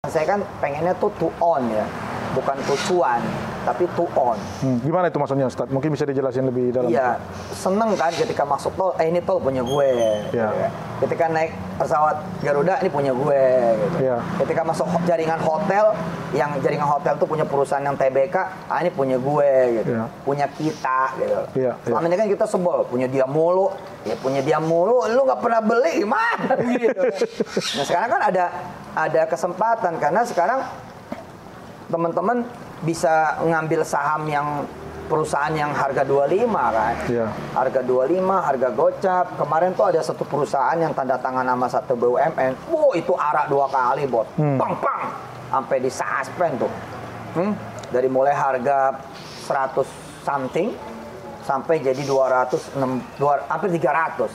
Saya kan pengennya tuh to on ya, bukan to cuan, tapi to on. Gimana itu maksudnya Ustadz? Mungkin bisa dijelasin lebih dalam. Iya, seneng kan ketika masuk tol, ini tol punya gue. Iya. Gitu. Ketika naik pesawat Garuda, ini punya gue. Gitu. Iya. Ketika masuk jaringan hotel, yang jaringan hotel tuh punya perusahaan yang TBK, ini punya gue. Gitu. Iya. Punya kita. Gitu. Iya. Selama ini kan kita sebel, punya dia mulu. Ya punya dia mulu, lu nggak pernah beli gimana? Gitu. Nah sekarang kan ada kesempatan karena sekarang teman-teman bisa ngambil saham yang perusahaan yang harga 25 kan. Iya. Harga 25, harga gocap. Kemarin tuh ada satu perusahaan yang tanda tangan nama satu BUMN. Wow, itu arak 2 kali, bot. Pang. Sampai di suspend tuh. Dari mulai harga 100 something sampai jadi 206, hampir 300.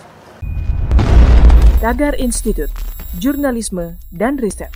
Tagar Institute, Jurnalisme dan Riset.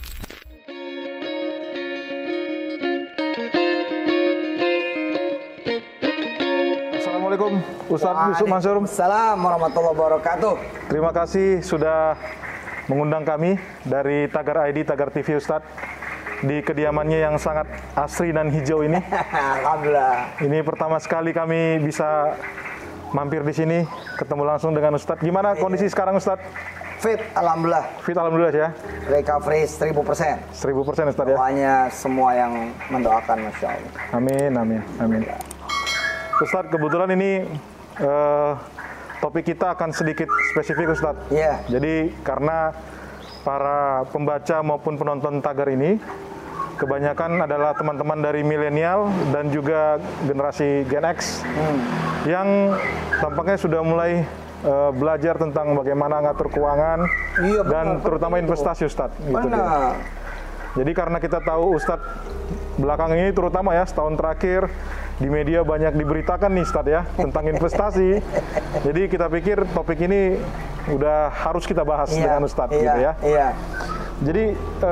Assalamualaikum Ustadz Yusuf Mansur. Assalamualaikum warahmatullahi wabarakatuh. Terima kasih sudah mengundang kami dari Tagar ID, Tagar TV Ustadz di kediamannya yang sangat asri dan hijau ini. Alhamdulillah. Ini pertama sekali kami bisa mampir di sini, ketemu langsung dengan Ustadz. Gimana kondisi sekarang Ustadz? Fit, alhamdulillah. Fit alhamdulillah ya. Recovery 1000%. 1000% Ustadz ya. Semuanya semua yang mendoakan, masya Allah. Amin. Ustadz, kebetulan ini topik kita akan sedikit spesifik Ustadz. Iya. Jadi karena para pembaca maupun penonton Tagar ini kebanyakan adalah teman-teman dari milenial dan juga generasi Gen X yang tampaknya sudah mulai belajar tentang bagaimana ngatur keuangan dan terutama investasi Ustadz. Gitu dia. Jadi karena kita tahu Ustadz belakang ini terutama ya setahun terakhir di media banyak diberitakan nih Ustadz ya tentang investasi. Jadi kita pikir topik ini udah harus kita bahas dengan Ustadz gitu ya. Iya. Jadi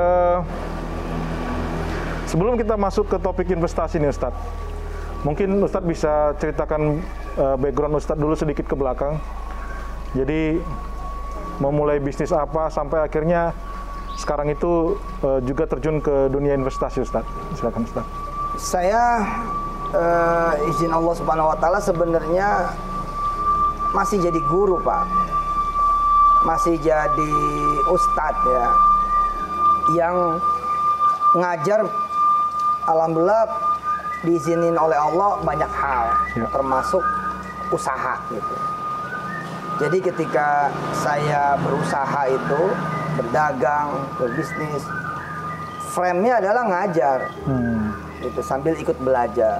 sebelum kita masuk ke topik investasi nih Ustadz, mungkin Ustadz bisa ceritakan background Ustadz dulu sedikit ke belakang. Jadi memulai bisnis apa sampai akhirnya sekarang itu juga terjun ke dunia investasi Ustadz. Silakan Ustadz. Saya izin Allah Subhanahu wa taala sebenarnya masih jadi guru, Pak. Masih jadi ustadz ya. Yang ngajar alhamdulillah diizinin oleh Allah banyak hal, termasuk usaha gitu. Jadi ketika saya berusaha itu, berdagang, berbisnis, frame-nya adalah ngajar. Gitu, sambil ikut belajar.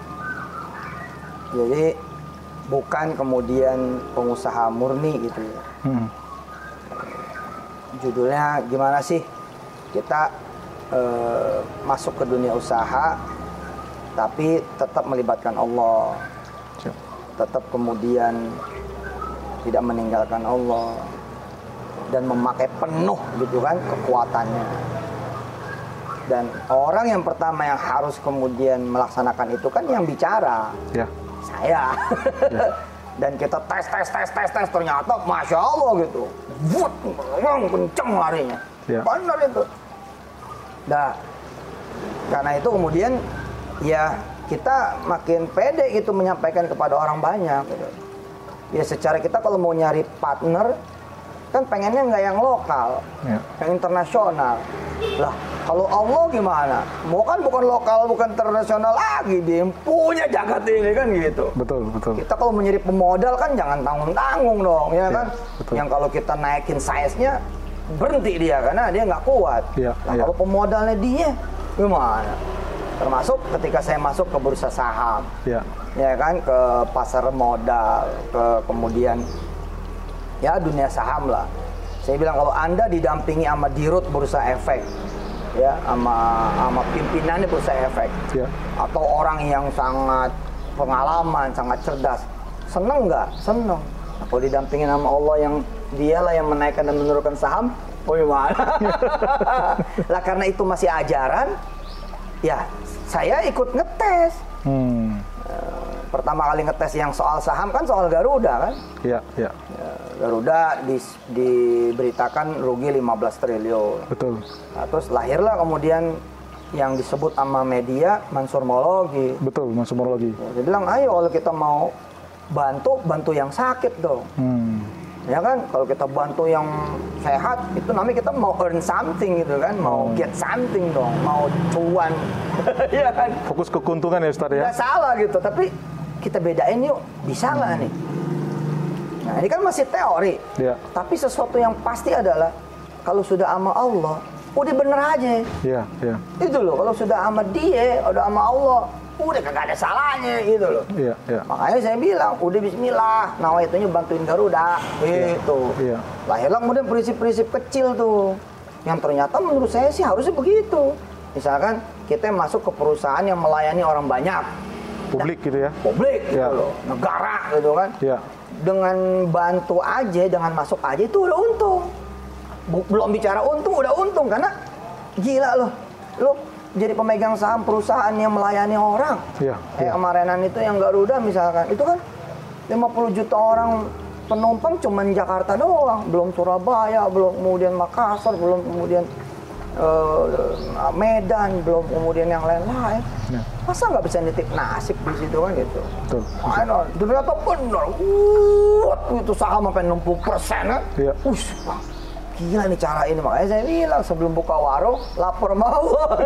Jadi bukan kemudian pengusaha murni gitu ya. Judulnya gimana sih kita masuk ke dunia usaha tapi tetap melibatkan Allah, tetap kemudian tidak meninggalkan Allah dan memakai penuh gitu kan kekuatannya. Dan orang yang pertama yang harus kemudian melaksanakan itu kan yang bicara, saya. Dan kita tes ternyata masya Allah gitu, kenceng larinya, benar itu. Nah, karena itu kemudian ya kita makin pede itu menyampaikan kepada orang banyak. Gitu. Ya secara kita kalau mau nyari partner kan pengennya nggak yang lokal, yang internasional. Lah kalau Allah gimana? Mau kan bukan lokal, bukan internasional lagi, dia punya jagat ini kan gitu. Betul. Kita kalau mencari pemodal kan jangan tanggung-tanggung dong, ya kan? Betul. Yang kalau kita naikin size-nya berhenti dia karena dia nggak kuat. Nah kalau pemodalnya dia gimana? Termasuk ketika saya masuk ke bursa saham, ya kan, ke pasar modal, ke kemudian ya dunia saham lah. Saya bilang kalau Anda didampingi sama dirut bursa efek, ya sama pimpinannya bursa efek, atau orang yang sangat pengalaman, sangat cerdas, seneng nggak? Seneng. Nah, kalau didampingin sama Allah yang dialah yang menaikkan dan menurunkan saham, gimana? Lah karena itu masih ajaran, ya saya ikut ngetes. pertama kali ngetes yang soal saham kan soal Garuda kan. Iya, iya. Ya, Garuda diberitakan rugi 15 triliun. Betul. Nah, terus lahirlah kemudian yang disebut sama media mansumologi. Betul, mansumologi. Ya, dia bilang, ayo kalau kita mau bantu yang sakit dong. Ya kan, kalau kita bantu yang sehat, itu namanya kita mau earn something gitu kan, mau get something dong, mau cuan. Ya kan? Fokus ke keuntungan ya Ustaz ya? Nggak salah gitu, tapi kita bedain yuk, bisa nggak nih? Nah ini kan masih teori, Ya. tapi sesuatu yang pasti adalah, kalau sudah sama Allah, udah bener aja. Iya, iya. Itu loh, kalau sudah sama dia, udah sama Allah, udah kagak ada salahnya gitu loh. Iya, iya. Makanya saya bilang, udah bismillah, nawaitunya bantuin Garuda, gitu. Iya. Lahirlah kemudian prinsip-prinsip kecil tuh, yang ternyata menurut saya sih harusnya begitu. Misalkan kita masuk ke perusahaan yang melayani orang banyak, Publik gitu ya? publik gitu Iya. loh, negara gitu kan. Iya. Dengan bantu aja, dengan masuk aja itu udah untung. Belum bicara untung, udah untung karena gila loh, lo jadi pemegang saham perusahaan yang melayani orang. Iya, iya. Kemarinan itu yang Garuda misalkan, itu kan 50 juta orang penumpang cuman Jakarta doang, belum Surabaya, belum kemudian Makassar, belum kemudian Medan, belum kemudian yang lain-lain. Ya. Masa nggak bisa nitip nasib di situ kan gitu? Betul. Ternyata benar, itu saham sampai 60% kan? Iya. Wah, gila nih cara ini, makanya saya bilang sebelum buka warung lapor mau.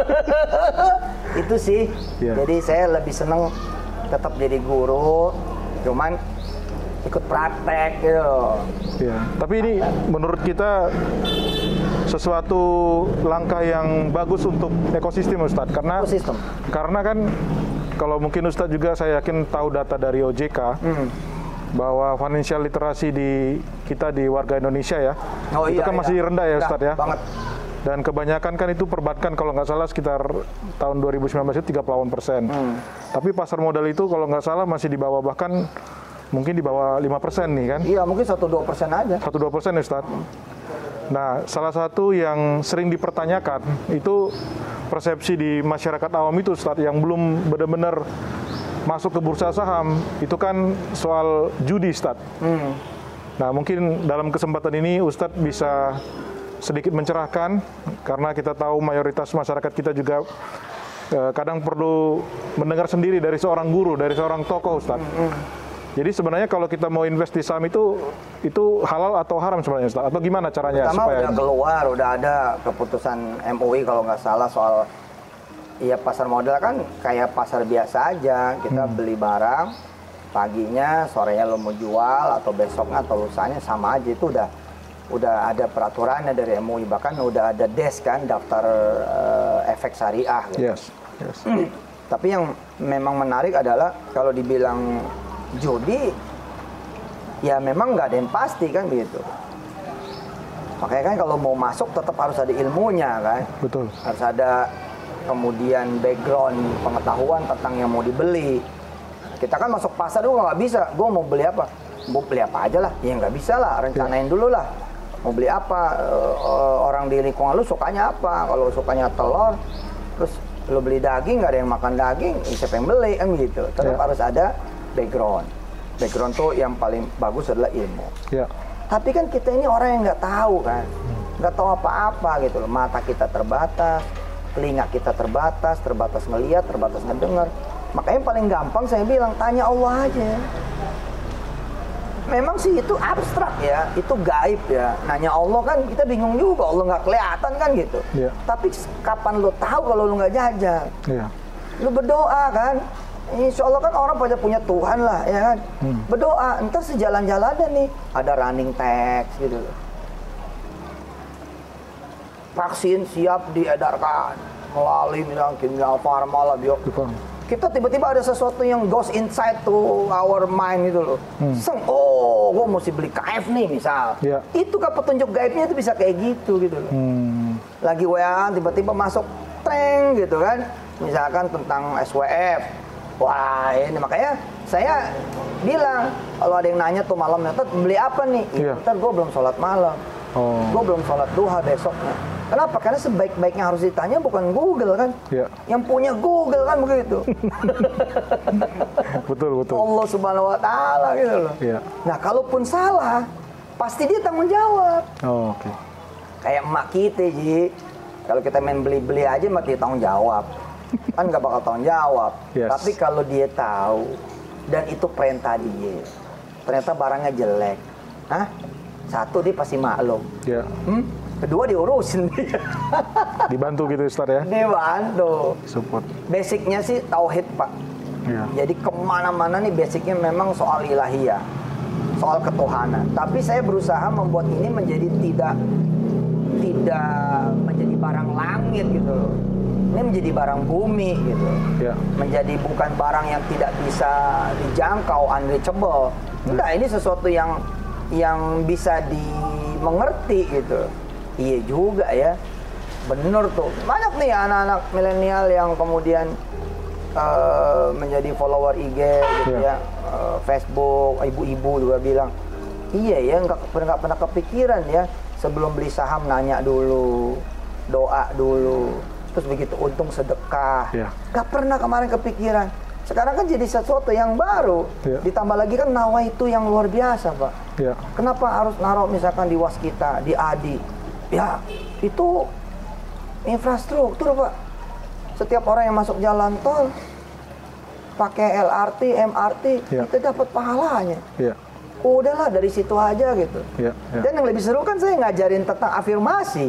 Itu sih. Iya. Jadi saya lebih seneng tetap jadi guru, cuman ikut praktek gitu. Iya. Tapi ini menurut kita sesuatu langkah yang bagus untuk ekosistem Ustadz, karena kan kalau mungkin Ustadz juga saya yakin tahu data dari OJK bahwa financial literasi di kita di warga Indonesia ya, itu kan masih rendah ya Ustadz ya. Banget. Dan kebanyakan kan itu perbankan kalau nggak salah sekitar tahun 2019 itu 38%. Tapi pasar modal itu kalau nggak salah masih di bawah, bahkan mungkin di bawah 5% nih kan? Iya, mungkin 1-2% aja. 1-2% ya Ustadz. Nah, salah satu yang sering dipertanyakan itu persepsi di masyarakat awam itu Ustadz, yang belum benar-benar masuk ke bursa saham, itu kan soal judi Ustadz. Nah, mungkin dalam kesempatan ini Ustadz bisa sedikit mencerahkan, karena kita tahu mayoritas masyarakat kita juga kadang perlu mendengar sendiri dari seorang guru, dari seorang tokoh Ustadz. Jadi sebenarnya kalau kita mau invest di saham itu halal atau haram sebenarnya Ustaz? Atau gimana caranya? Pertama supaya udah keluar, udah ada keputusan MUI kalau nggak salah soal, ya pasar modal kan kayak pasar biasa aja. Kita beli barang, paginya, sorenya lo mau jual, atau besoknya atau lusanya sama aja. Itu udah ada peraturannya dari MUI, bahkan udah ada DES kan, daftar efek syariah gitu. Yes. Tapi yang memang menarik adalah kalau dibilang judi, ya memang nggak ada yang pasti kan begitu. Makanya kan kalau mau masuk tetap harus ada ilmunya kan. Betul. Harus ada kemudian background pengetahuan tentang yang mau dibeli. Kita kan masuk pasar dulu nggak bisa. Gue mau beli apa? Mau beli apa aja lah. Ya nggak bisa lah. Rencanain dulu lah. Mau beli apa? Orang di lingkungan lu sukanya apa? Kalau sukanya telur, terus lu beli daging, nggak ada yang makan daging, siapa yang beli kan gitu. Tetap harus ada background tuh yang paling bagus adalah ilmu. Tapi kan kita ini orang yang nggak tahu kan, nggak tahu apa-apa gitu loh. Mata kita terbatas, telinga kita terbatas ngelihat, terbatas ngedengar. Makanya paling gampang saya bilang tanya Allah aja. Memang sih itu abstrak ya, itu gaib ya. Nanya Allah kan kita bingung juga, Allah nggak kelihatan kan gitu. Tapi kapan lo tahu kalau lo nggak jajal? Lo berdoa kan. Insya Allah kan orang pada punya Tuhan lah, ya kan? Berdoa, ntar sejalan-jalannya nih ada running text gitu loh. Vaksin siap diedarkan melalui misalnya Kimia Farma lah, Bio. Kita tiba-tiba ada sesuatu yang goes inside to our mind gitu loh. Gue mesti beli KF nih misal. Itu kan petunjuk gaibnya itu bisa kayak gitu loh. Lagi WA tiba-tiba masuk treng gitu kan. Misalkan tentang SWF. Wah ini makanya saya bilang kalau ada yang nanya tuh malamnya, beli apa nih? Ntar gue belum sholat malam, gue belum sholat duha besoknya. Kenapa? Karena sebaik-baiknya harus ditanya bukan Google kan. Ya. Yang punya Google kan begitu. Betul. Allah Subhanahu wa taala gitu loh. Ya. Nah, kalaupun salah, pasti dia tanggung jawab. Oh, oke. Kayak emak kita, Ji. Kalau kita main beli-beli aja emak dia tanggung jawab. Kan nggak bakal tanggung jawab. Yes. Tapi kalau dia tahu dan itu perintah dia, ternyata barangnya jelek, satu dia pasti maklum. Ya. Kedua diurusin dia. Dibantu gitu Ustaz ya? Dibantu. Support. Basicnya sih tauhid, Pak. Ya. Jadi kemana-mana nih basicnya memang soal ilahiyah, soal ketuhanan. Tapi saya berusaha membuat ini menjadi tidak menjadi barang langit gitu loh. Ini menjadi barang bumi gitu. Ya. Menjadi bukan barang yang tidak bisa dijangkau, unreachable. Enggak, ini sesuatu yang bisa dimengerti gitu. Iya juga ya. Bener tuh. Banyak nih anak-anak milenial yang kemudian menjadi follower IG gitu ya. Facebook, ibu-ibu juga bilang, iya ya, nggak pernah kepikiran ya. Sebelum beli saham nanya dulu, doa dulu, terus begitu untung sedekah. Gak pernah kemarin kepikiran. Sekarang kan jadi sesuatu yang baru. Ditambah lagi kan nawaitu yang luar biasa, Pak. Kenapa harus naruh misalkan di waskita, di ADI? Ya, itu infrastruktur, Pak. Setiap orang yang masuk jalan tol pakai LRT, MRT, kita dapat pahalanya. Udahlah dari situ aja gitu. Dan yang lebih seru kan saya ngajarin tentang afirmasi.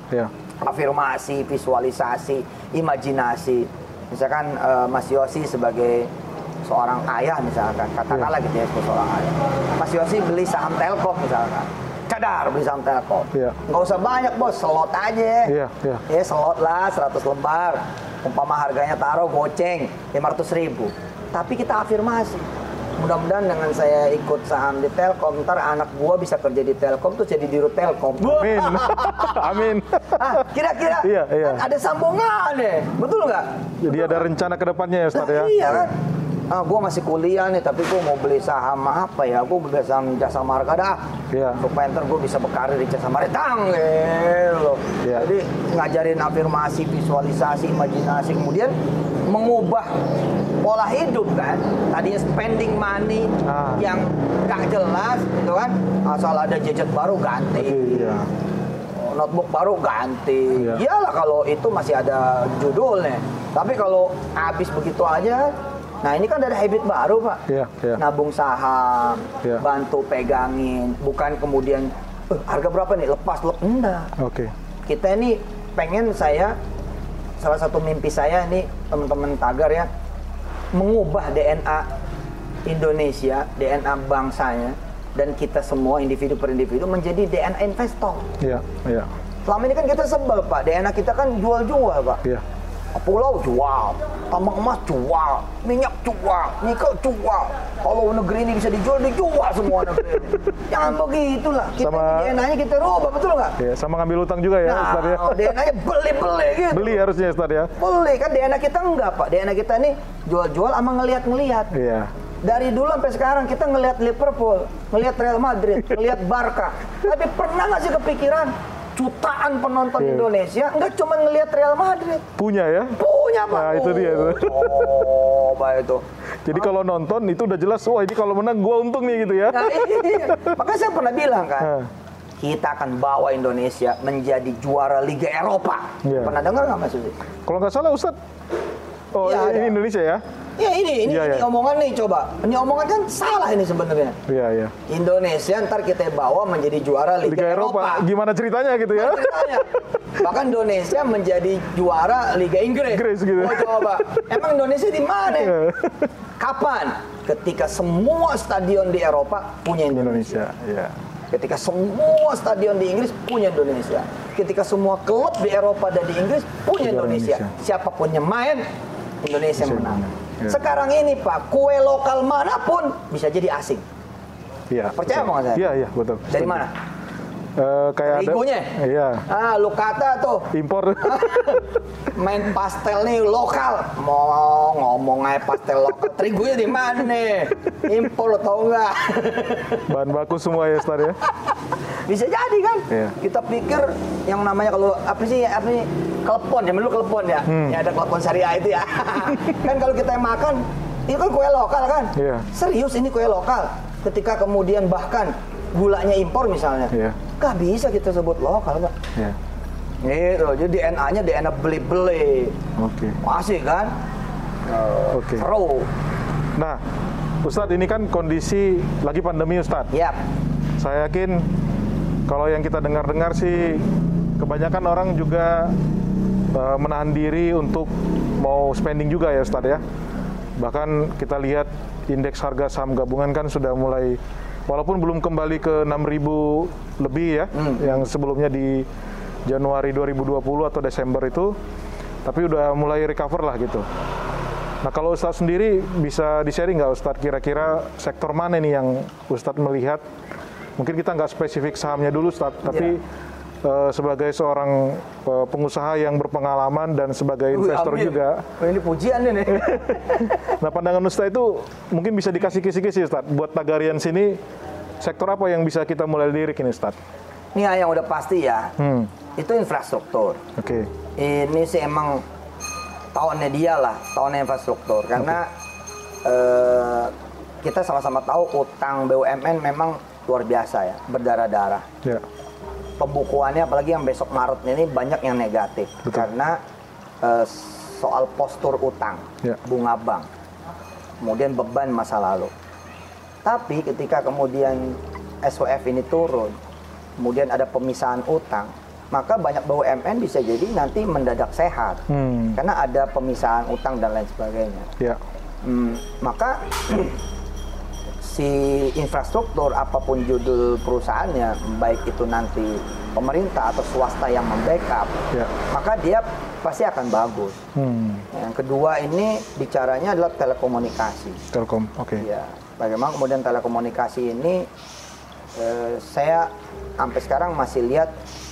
Afirmasi, visualisasi, imajinasi. Misalkan Mas Yosi sebagai seorang ayah misalkan, katakanlah gitu ya, sebagai seorang ayah. Mas Yosi beli saham Telkom misalkan. Cadar beli saham Telkom. Nggak usah banyak, Bos, slot aja. Ya slot lah 100 lembar. Umpama harganya taruh goceng 500.000. Tapi kita afirmasi. Mudah-mudahan dengan saya ikut saham di Telkom, ntar anak gua bisa kerja di Telkom tuh jadi dirut Telkom. Amin. Amin. Kira-kira kan ada sambungan deh, betul nggak? Jadi ada rencana ke depannya ya Ustaz ya? Iya kan. Gua masih kuliah nih, tapi gua mau beli saham apa ya? Gua beli saham Jasa Marga dah. Supaya ntar gua bisa berkarir di Jasa Marga. Gitu. Jadi ngajarin afirmasi, visualisasi, imajinasi, kemudian mengubah pola hidup kan. Tadinya spending money yang gak jelas gitu kan. Asal ada gadget baru ganti. Notebook baru ganti. Iyalah kalau itu masih ada judulnya. Tapi kalau habis begitu aja, nah ini kan ada habit baru, Pak. Nabung saham, bantu pegangin, bukan kemudian harga berapa nih lepas enggak. Kita ini pengen salah satu mimpi saya nih teman-teman tagar ya, mengubah DNA Indonesia, DNA bangsanya, dan kita semua individu per individu menjadi DNA investor. Selama ini kan kita sebel, Pak. DNA kita kan jual-jual, Pak. Pulau jual, tambang emas jual, minyak jual, nikel jual. Kalau negeri ini bisa dijual semua negeri ini. Jangan begitulah. Kita DNA-nya kita rubah, betul nggak? Sama ngambil utang juga ya, Ustaz ya. DNA-nya beli gitu. Beli harusnya Ustaz ya. Beli kan DNA kita enggak, Pak. DNA kita nih jual-jual sama ngelihat-ngelihat. Dari dulu sampai sekarang kita ngelihat Liverpool, ngelihat Real Madrid, ngelihat Barca. Tapi pernah nggak sih kepikiran jutaan penonton Indonesia nggak cuma ngelihat Real Madrid? Punya ya? Punya, Pak. Nah, itu dia itu. Oh, baik itu. Jadi kalau nonton itu udah jelas, wah ini kalau menang gua untung nih gitu ya. Nah, iya. Makanya saya pernah bilang kan, kita akan bawa Indonesia menjadi juara Liga Eropa. Pernah dengar nggak, Mas Susi? Kalau nggak salah Ustaz, ini Indonesia ya? Ya ini omongan nih, coba. Ini omongan kan salah ini sebenarnya. Indonesia ntar kita bawa menjadi juara Liga Eropa. Gimana ceritanya gitu ya? Bahkan Indonesia menjadi juara Liga Inggris gitu. Oh, coba. Emang Indonesia di mana? Kapan? Ketika semua stadion di Eropa punya Indonesia. Ketika semua stadion di Inggris punya Indonesia. Ketika semua klub di Eropa dan di Inggris punya Indonesia. Siapapun yang main, Indonesia menang. Sekarang ini, Pak, kue lokal manapun bisa jadi asing. Percaya mau nggak saya? Iya, betul. Dari mana? Kayak terigunya? Lu kata tuh impor. Main pastel nih lokal. Mau ngomong aja pastel lokal. Terigunya di mana nih? Impor, lo tau nggak? Bahan baku semua ya, Ustaz ya? Bisa jadi kan? Iya. Kita pikir yang namanya kalau apa sih klepon ya, dulu klepon ya. Ya ada klepon syariah itu ya. Kan kalau kita yang makan, itu kan kue lokal kan? Iya. Serius ini kue lokal. Ketika kemudian bahkan gulanya impor misalnya, nggak bisa kita sebut lokal, Pak. Iya. Gitu, jadi DNA-nya DNA beli-beli. Oke. Masih kan? Oke. Seru. Nah, Ustadz, ini kan kondisi lagi pandemi, Ustadz. Yap. Saya yakin kalau yang kita dengar-dengar sih kebanyakan orang juga menahan diri untuk mau spending juga ya, Ustadz ya. Bahkan kita lihat indeks harga saham gabungan kan sudah mulai, walaupun belum kembali ke 6.000 lebih ya, yang sebelumnya di Januari 2020 atau Desember itu, tapi udah mulai recover lah gitu. Nah, kalau Ustadz sendiri bisa di-sharing nggak, Ustadz, kira-kira sektor mana nih yang Ustadz melihat, mungkin kita nggak spesifik sahamnya dulu, Ustadz, tapi sebagai seorang pengusaha yang berpengalaman dan sebagai investor juga. Ini pujian ini. Nah, pandangan Ustadz itu mungkin bisa dikasih kisi-kisi, Ustadz, buat Tagarian sini, sektor apa yang bisa kita mulai lirik ini, Ustadz? Ini yang udah pasti ya, itu infrastruktur. Oke. Ini sih emang tahunnya dia lah, tahunnya infrastruktur. Karena kita sama-sama tahu utang BUMN memang luar biasa ya, berdarah-darah. Ya. Pembukuannya apalagi yang besok Maret ini banyak yang negatif. Betul. Karena soal postur utang, bunga bank, kemudian beban masa lalu. Tapi ketika kemudian SWF ini turun, kemudian ada pemisahan utang, maka banyak BUMN bisa jadi nanti mendadak sehat. Karena ada pemisahan utang dan lain sebagainya. Ya. Maka si infrastruktur, apapun judul perusahaannya, baik itu nanti pemerintah atau swasta yang membackup, maka dia pasti akan bagus. Yang kedua ini bicaranya adalah telekomunikasi. Telkom, oke. Ya, bagaimana kemudian telekomunikasi ini, saya sampai sekarang masih lihat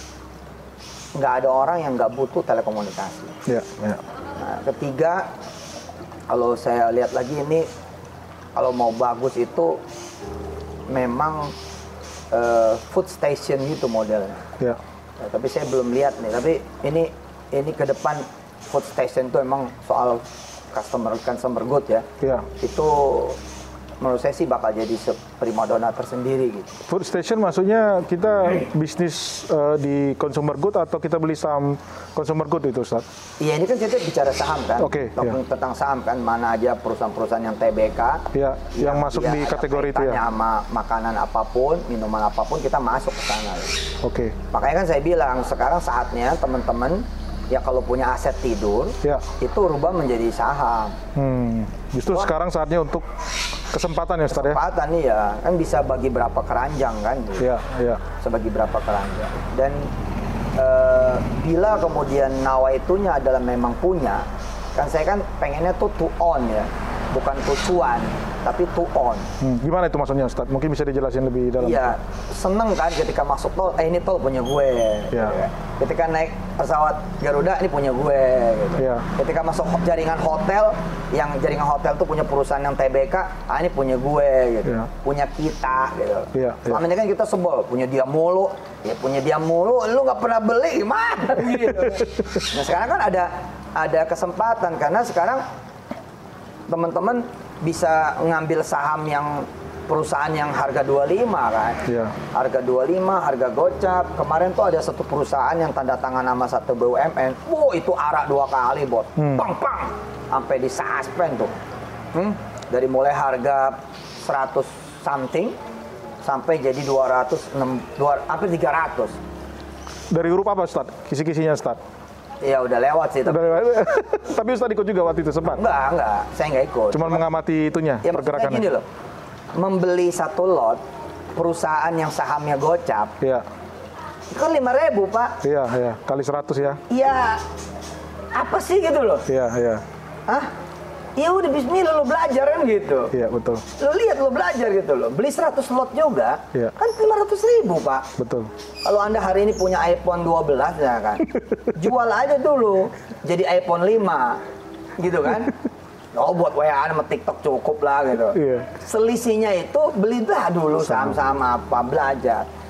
nggak ada orang yang nggak butuh telekomunikasi. Ya. Nah, ketiga, kalau saya lihat lagi ini, kalau mau bagus itu memang food station gitu modelnya. Ya, tapi saya belum lihat nih. Tapi ini ke depan food station itu emang soal customer good ya. Itu menurut saya sih bakal jadi primadona tersendiri gitu. Food station maksudnya kita bisnis di consumer good atau kita beli saham consumer good itu, Ustaz? Iya, ini kan kita bicara saham kan. Tentang saham kan, mana aja perusahaan-perusahaan yang TBK. Ya, yang masuk di kategori itu ya. Sama makanan apapun, minuman apapun, kita masuk ke sana. Oke. Makanya kan saya bilang sekarang saatnya teman-teman ya kalau punya aset tidur, itu rubah menjadi saham. Justru sekarang saatnya untuk kesempatan ya, Ustaz ya? Kesempatan iya, kan bisa bagi berapa keranjang kan? Gitu. Iya. Bisa bagi berapa keranjang. Dan bila kemudian nawaitunya adalah memang punya, kan saya kan pengennya tuh to own ya, bukan to cuan, tapi to own. Gimana itu maksudnya, Ustaz? Mungkin bisa dijelasin lebih dalam. Iya, seneng kan ketika masuk tol, ini tol punya gue. Gitu ya. Ketika naik pesawat Garuda, ini punya gue. Gitu. Ketika masuk jaringan hotel, yang jaringan hotel tuh punya perusahaan yang TBK, ini punya gue. Gitu. Punya kita. Gitu. Selama ini kan kita sebel, punya dia mulu. Ya punya dia mulu, lu nggak pernah beli gimana? Gitu. Nah sekarang kan ada kesempatan, karena sekarang teman-teman bisa ngambil saham yang perusahaan yang harga 25 kan. Harga 25, harga gocap. Kemarin tuh ada satu perusahaan yang tanda tangan nama satu BUMN. Itu arak 2 kali, Bot. Pang. Sampai di suspend tuh. Dari mulai harga 100 something sampai jadi hampir 300. Dari huruf apa, Ustaz? Kisi-kisinya, Ustaz? Ya udah lewat sih. Tapi Ustaz ikut juga waktu itu sempat? Enggak. Saya nggak ikut. Cuma mengamati itunya, ya, pergerakannya. Gini loh, membeli satu lot perusahaan yang sahamnya gocap, itu kan 5.000, Pak. Iya. Kali 100 ya. Iya. Apa sih gitu loh? Iya. Hah? Ya udah bismillah, lo belajar kan gitu. Iya, betul. Lo lihat, lo belajar gitu loh. Beli 100 lot juga, kan 500.000, Pak. Betul. Kalau Anda hari ini punya iPhone 12 ya kan, jual aja dulu jadi iPhone 5, gitu kan. Buat WA sama TikTok cukup lah gitu. Selisihnya itu beli dah dulu saham-saham apa, belajar.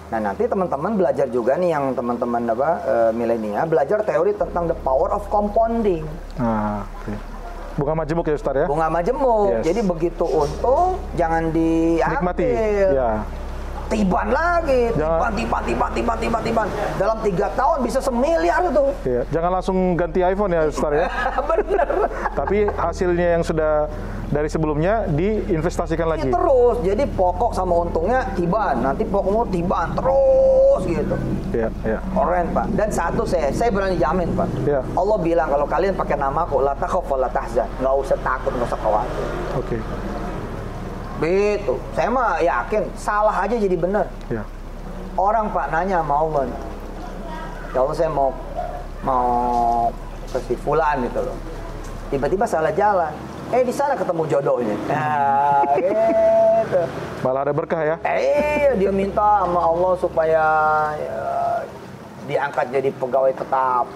Nah, nanti teman-teman belajar juga nih yang teman-teman milenial belajar teori tentang the power of compounding. Nah, oke. Bunga majemuk ya Ustaz ya? Bunga majemuk. Yes. Jadi begitu untung jangan diambil. Nikmati. Ya. Tiban lagi, Jangan- tiban. Dalam 3 tahun bisa 1 miliar itu. Iya. Jangan langsung ganti iPhone ya Ustaz ya. Bener. Tapi hasilnya yang sudah dari sebelumnya diinvestasikan Ini lagi. terus, jadi pokok sama untungnya tiban, nanti pokokmu tiban terus gitu. Iya, iya. Keren Pak. Dan satu saya berani jamin Pak. Iya. Allah bilang kalau kalian pakai namaku, la takhaf wa la tahzan, nggak usah takut, nggak usah khawatir. Oke. Begitu. Saya mah yakin salah aja jadi benar. Ya. Orang Pak nanya sama Allah, ya Allah saya mau ke si fulan gitu loh. Tiba-tiba salah jalan. Di sana ketemu jodohnya. Nah, gitu. Malah ada berkah ya. Dia minta sama Allah supaya diangkat jadi pegawai tetap.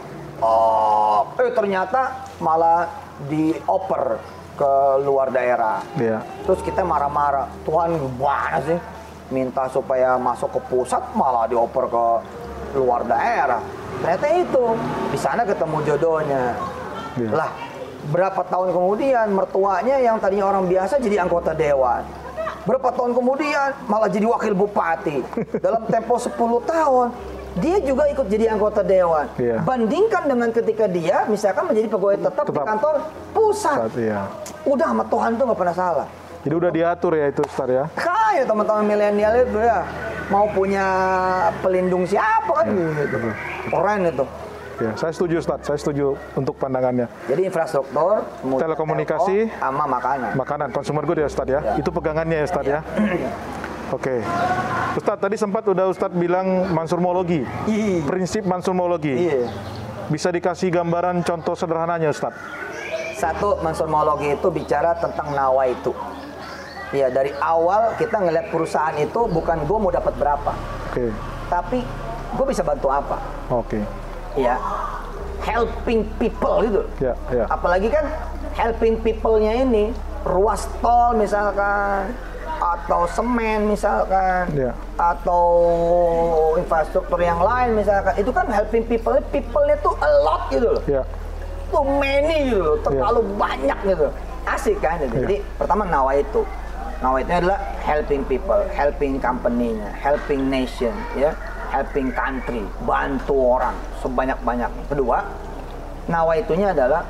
Ternyata malah dioper ke luar daerah. Iya. Terus kita marah-marah. Tuhan gimana sih? Minta supaya masuk ke pusat malah dioper ke luar daerah. Ternyata itu di sana ketemu jodohnya. Iya. Lah, berapa tahun kemudian mertuanya yang tadinya orang biasa jadi anggota dewan. Berapa tahun kemudian malah jadi wakil bupati. Dalam tempo 10 tahun dia juga ikut jadi anggota dewan. Iya. Bandingkan dengan ketika dia misalkan menjadi pegawai tetap di kantor pusat. Iya. Udah sama Tuhan tuh nggak pernah salah. Jadi udah diatur ya itu Ustaz ya. Kayak teman-teman milenial itu ya mau punya pelindung siapa kan gitu. Keren itu. Ya, saya setuju Ustaz. Saya setuju untuk pandangannya. Jadi infrastruktur, kemudian Telekomunikasi, telkom, sama makanan. Makanan, consumer good ya Ustaz ya. Ya. Itu pegangannya ya Ustaz ya. Oke. Ustaz tadi sempat udah Ustaz bilang mansurmologi. Iya. Prinsip mansurmologi. Iya. Bisa dikasih gambaran contoh sederhananya Ustaz? Satu, mansurmologi itu bicara tentang nawaitu. Ya, dari awal kita ngeliat perusahaan itu bukan gue mau dapat berapa, Oke. tapi gue bisa bantu apa. Oke. Ya, helping people gitu. Ya, ya. Apalagi kan helping people-nya ini ruas tol misalkan, atau semen misalkan, Ya. atau infrastruktur yang lain misalkan, itu kan helping people-nya tuh a lot gitu loh. Ya. Too many gitu loh, terlalu banyak gitu. Asik kan? Jadi pertama nawaitu. Nawaitu adalah helping people, helping company-nya, helping nation, ya, helping country, bantu orang sebanyak-banyaknya. Kedua, nawaitunya adalah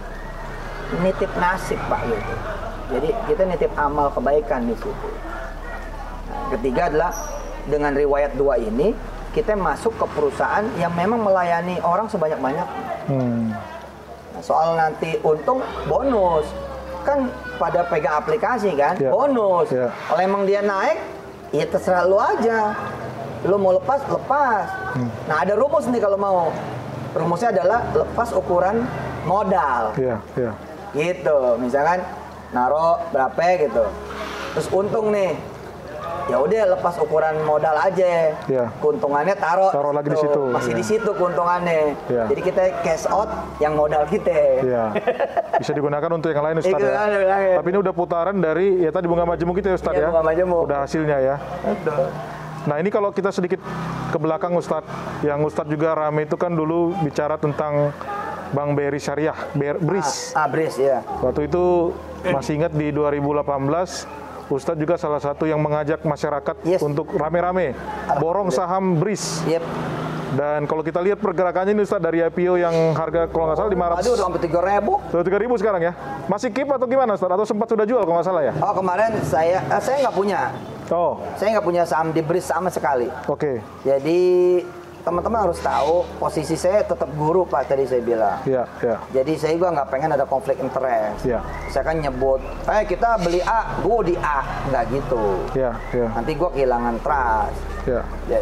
nitip nasib Pak gitu. Jadi kita nitip amal kebaikan di situ. Nah, ketiga adalah dengan riwayat 2 ini kita masuk ke perusahaan yang memang melayani orang sebanyak-banyaknya. Nah, soal nanti untung bonus kan pada pegang aplikasi kan, Ya. bonus. Ya. Kalau emang dia naik, ya terserah lu aja. Lu mau lepas. Nah, ada rumus nih kalau mau. Rumusnya adalah lepas ukuran modal. Iya, iya. Gitu. Misalkan naruh berapa gitu. Terus untung nih. Ya udah lepas ukuran modal aja. Iya. Keuntungannya taruh Lagi di situ. Masih Iya. di situ keuntungannya. Iya. Jadi kita cash out yang modal kita. Iya. Bisa digunakan untuk yang lain Ustaz Itu ya. kan, ya. Tapi ini udah putaran dari ya tadi bunga majemuk itu ya Ustaz Iya, ya. bunga majemuk. Udah hasilnya ya. Betul. Nah ini kalau kita sedikit ke belakang Ustadz, yang Ustadz juga rame itu kan dulu bicara tentang Bank BRI Syariah, BRIS. BRIS ya. Waktu itu masih ingat di 2018, Ustadz juga salah satu yang mengajak masyarakat Yes. untuk rame-rame borong saham BRIS. Yep. Dan kalau kita lihat pergerakannya ini Ustadz dari IPO yang harga kalau nggak salah 500. Aduh, udah sampai 3.000. Sudah 3.000 sekarang ya? Masih keep atau gimana Ustadz? Atau sempat sudah jual kalau nggak salah ya? Oh, kemarin saya nggak punya. Oh, Saya nggak punya saham di BRIS sama sekali. oke. Jadi teman-teman harus tahu posisi saya tetap guru Pak tadi saya bilang. Iya, iya. Jadi saya juga nggak pengen ada konflik interest. Iya. Saya kan nyebut, kita beli A, gue di A, nggak gitu. Iya, iya. Nanti gue kehilangan trust. Iya. Ya,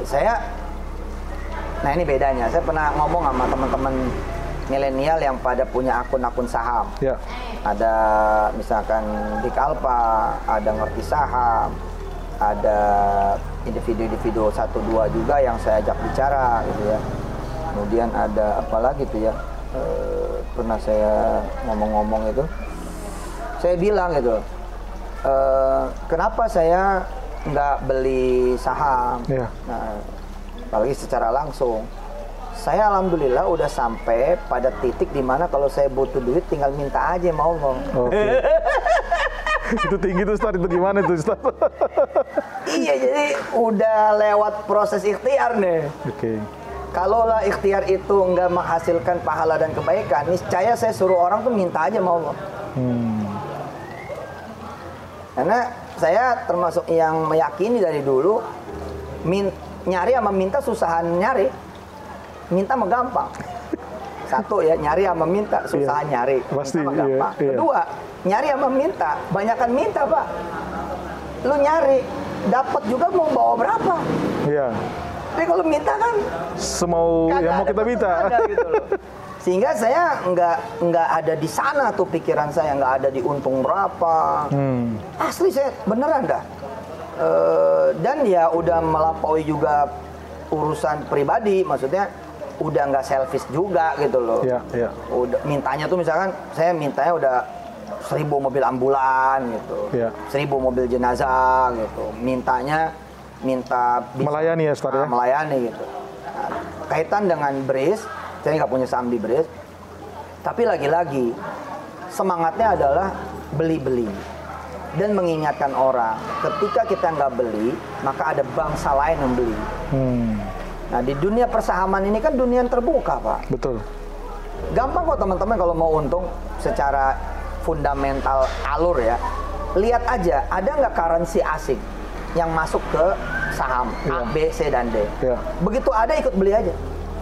nah ini bedanya. Saya pernah ngomong sama teman-teman milenial yang pada punya akun-akun saham. Iya. Ada misalkan Big Alpha, ada ngerti saham, ada individu-individu 1-2 juga yang saya ajak bicara gitu ya. Kemudian ada apa lagi tuh ya, pernah saya ngomong-ngomong itu, saya bilang gitu, kenapa saya nggak beli saham. Iya. Nah, apalagi secara langsung. Saya alhamdulillah udah sampai pada titik dimana kalau saya butuh duit tinggal minta aja mau ngomong. Oke. Itu tinggi tuh Ustaz, itu gimana tuh Ustaz? Iya, jadi udah lewat proses ikhtiar nih. Oke. Kalaulah ikhtiar itu nggak menghasilkan pahala dan kebaikan, niscaya saya suruh orang tuh minta aja mau ngomong. Karena saya termasuk yang meyakini dari dulu nyari sama minta susahan nyari. Minta mah gampang. Satu ya, nyari sama minta, susah nyari. Pasti, minta mah gampang. iya. Kedua, nyari sama minta, banyakan minta Pak. Lu nyari, dapat juga mau bawa berapa. Iya. Tapi kalau minta kan Semau yang mau kita minta. Gitu loh. Sehingga saya nggak ada di sana tuh pikiran saya, nggak ada di untung berapa. Asli saya beneran dah. Dan ya udah melampaui juga urusan pribadi, maksudnya udah nggak selfish juga gitu loh. Iya, iya. Udah mintanya tuh misalkan saya mintanya udah 1000 mobil ambulan gitu, Iya. 1000 mobil jenazah gitu. Minta Melayani ya Ustaz ya? melayani gitu. Nah, kaitan dengan BRIS, saya nggak punya saham di BRIS, tapi lagi-lagi semangatnya adalah beli-beli dan mengingatkan orang ketika kita nggak beli maka ada bangsa lain yang beli. Nah di dunia persahaman ini kan dunia yang terbuka Pak. Betul. Gampang kok teman-teman kalau mau untung secara fundamental alur ya. Lihat aja ada nggak currency asing yang masuk ke saham A, B, C dan D. Iya. Begitu ada ikut beli aja.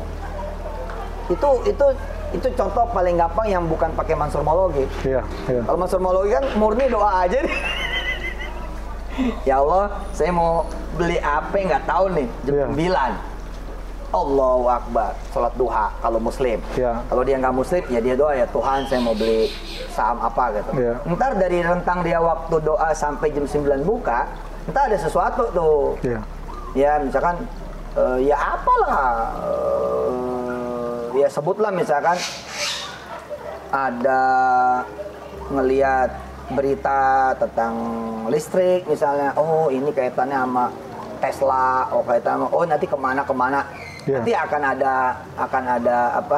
Itu contoh paling gampang yang bukan pakai mansurmologi. Iya, iya. Kalau mansurmologi kan murni doa aja nih. Ya Allah, saya mau beli apa nggak tahu nih jam 9. Allahu Akbar, sholat duha kalau muslim. Iya. Kalau dia nggak muslim, ya dia doa ya Tuhan saya mau beli saham apa gitu. Iya. Ntar dari rentang dia waktu doa sampai jam 9 buka, ntar ada sesuatu tuh. Iya. Ya misalkan ya apalah, ya sebutlah misalkan ada ngelihat berita tentang listrik misalnya, oh ini kaitannya sama Tesla, oh kaitannya, oh nanti kemana. Yeah. Nanti akan ada apa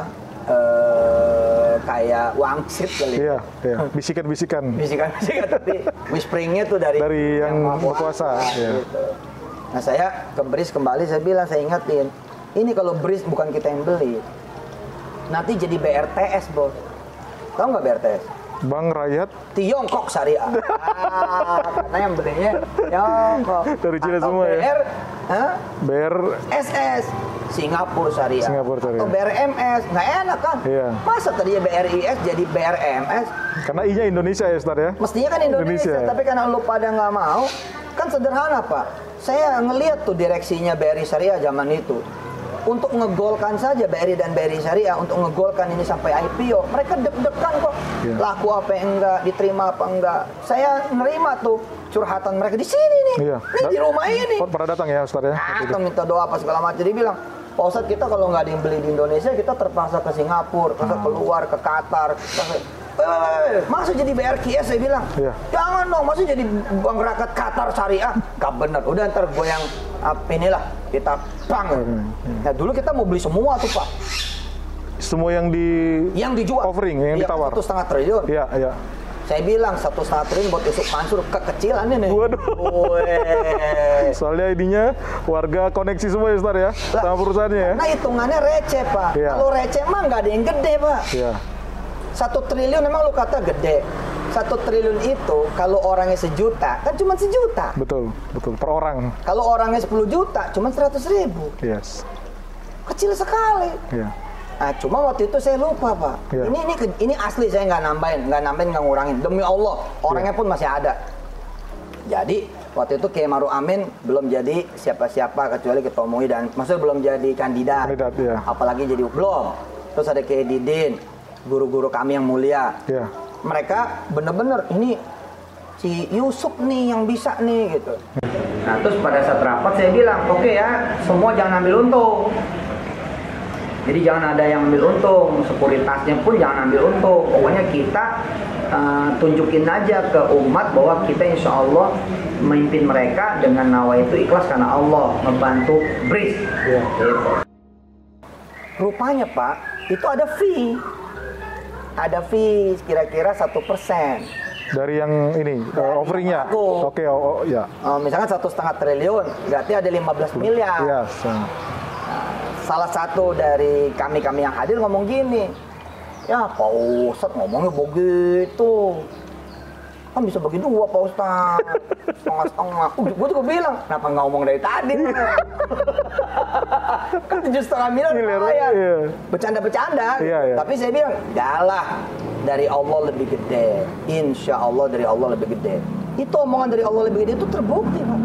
kayak wangsit kali. Iya, iya. Bisikan-bisikan. Tapi whisperingnya tuh dari yang Maha berkuasa. Iya. Gitu. Nah saya ke BRIS kembali, saya bilang, saya ingetin, ini kalau BRIS bukan kita yang beli, nanti jadi BRTS bos. Tahu nggak BRTS? Bank Rakyat Tiongkok Syariah. Karena yang belinya Tiongkok. Dari Cina atau semua ya? BR SS Singapura Syariah. Atau BRMS, nggak enak kan? Iya. Masa tadinya BRIS jadi BRMS? Karena I-nya Indonesia ya Ustaz ya? Mestinya kan Indonesia. Tapi karena lu pada nggak mau, kan sederhana Pak. Saya ngelihat tuh direksinya BRI Syariah zaman itu. Untuk ngegolkan saja BRI dan BRI Syariah, untuk ngegolkan ini sampai IPO, mereka deg-degan kok. Yeah. Laku apa yang enggak, diterima apa enggak. Saya nerima tuh curhatan mereka di sini nih. Iya. Nih di rumah ini. Pernah datang ya Ustaz ya? Atau minta doa apa segala macam. Dia bilang, Pak Ustadz, kita kalau nggak ada yang beli di Indonesia, kita terpaksa ke Singapura, terpaksa keluar ke Qatar. Masa jadi BRKS, saya bilang, jangan dong, masa jadi Bank Rakyat Qatar Syariah? Gak bener, udah ntar gue yang inilah, kita bang. Nah dulu kita mau beli semua tuh Pak. Semua yang dijual, offering, yang ditawar. 1,5 triliun. Iya, iya. Saya bilang 1,5 triliun buat Yusuf Mansur, kekecilan ini. Waduh. Soalnya ininya warga koneksi semua ya Ustaz ya, sama perusahaannya ya. Nah hitungannya receh Pak. Iya. Kalau receh mah nggak ada yang gede Pak. Iya. 1 triliun emang lu kata gede. 1 triliun itu kalau orangnya 1 juta kan cuma 1 juta. Betul, betul, per orang. Kalau orangnya 10 juta cuma 100.000. Yes. Kecil sekali. Iya. Nah, cuma waktu itu saya lupa Pak. Iya. Ini asli, saya nggak nambahin, nggak ngurangin. Demi Allah, orangnya pun masih ada. Jadi waktu itu Kiai Maruf Amin belum jadi siapa-siapa kecuali Ketua MUI dan maksudnya belum jadi kandidat. Iya. Apalagi jadi belum. Terus ada Kiai Didin, guru-guru kami yang mulia. Iya. Mereka bener-bener ini si Yusuf nih yang bisa nih gitu. Nah terus pada saat rapat saya bilang, oke ya, semua jangan ambil untung. Jadi jangan ada yang ambil untung, sekuritasnya pun jangan ambil untung. Pokoknya kita tunjukin aja ke umat bahwa kita insya Allah memimpin mereka dengan nawa itu ikhlas karena Allah, membantu BRIS. Gitu. Rupanya Pak, itu ada fee. Ada fee kira-kira 1% dari yang ini offeringnya. Oke, ya. Misalkan 1,5 triliun, berarti ada 15 miliar. Iya. Salah satu dari kami yang hadir ngomong gini, ya Pak Ustadz ngomongnya begitu, kan bisa bagi dua Pak Ustadz, setengah-setengah. Gue juga bilang, kenapa nggak ngomong dari tadi? Kan 7,5 miliar lumayan. Bercanda-bercanda. Iya. Tapi saya bilang, jalah, dari Allah lebih gede. Insya Allah dari Allah lebih gede. Itu omongan dari Allah lebih gede itu terbukti Pak.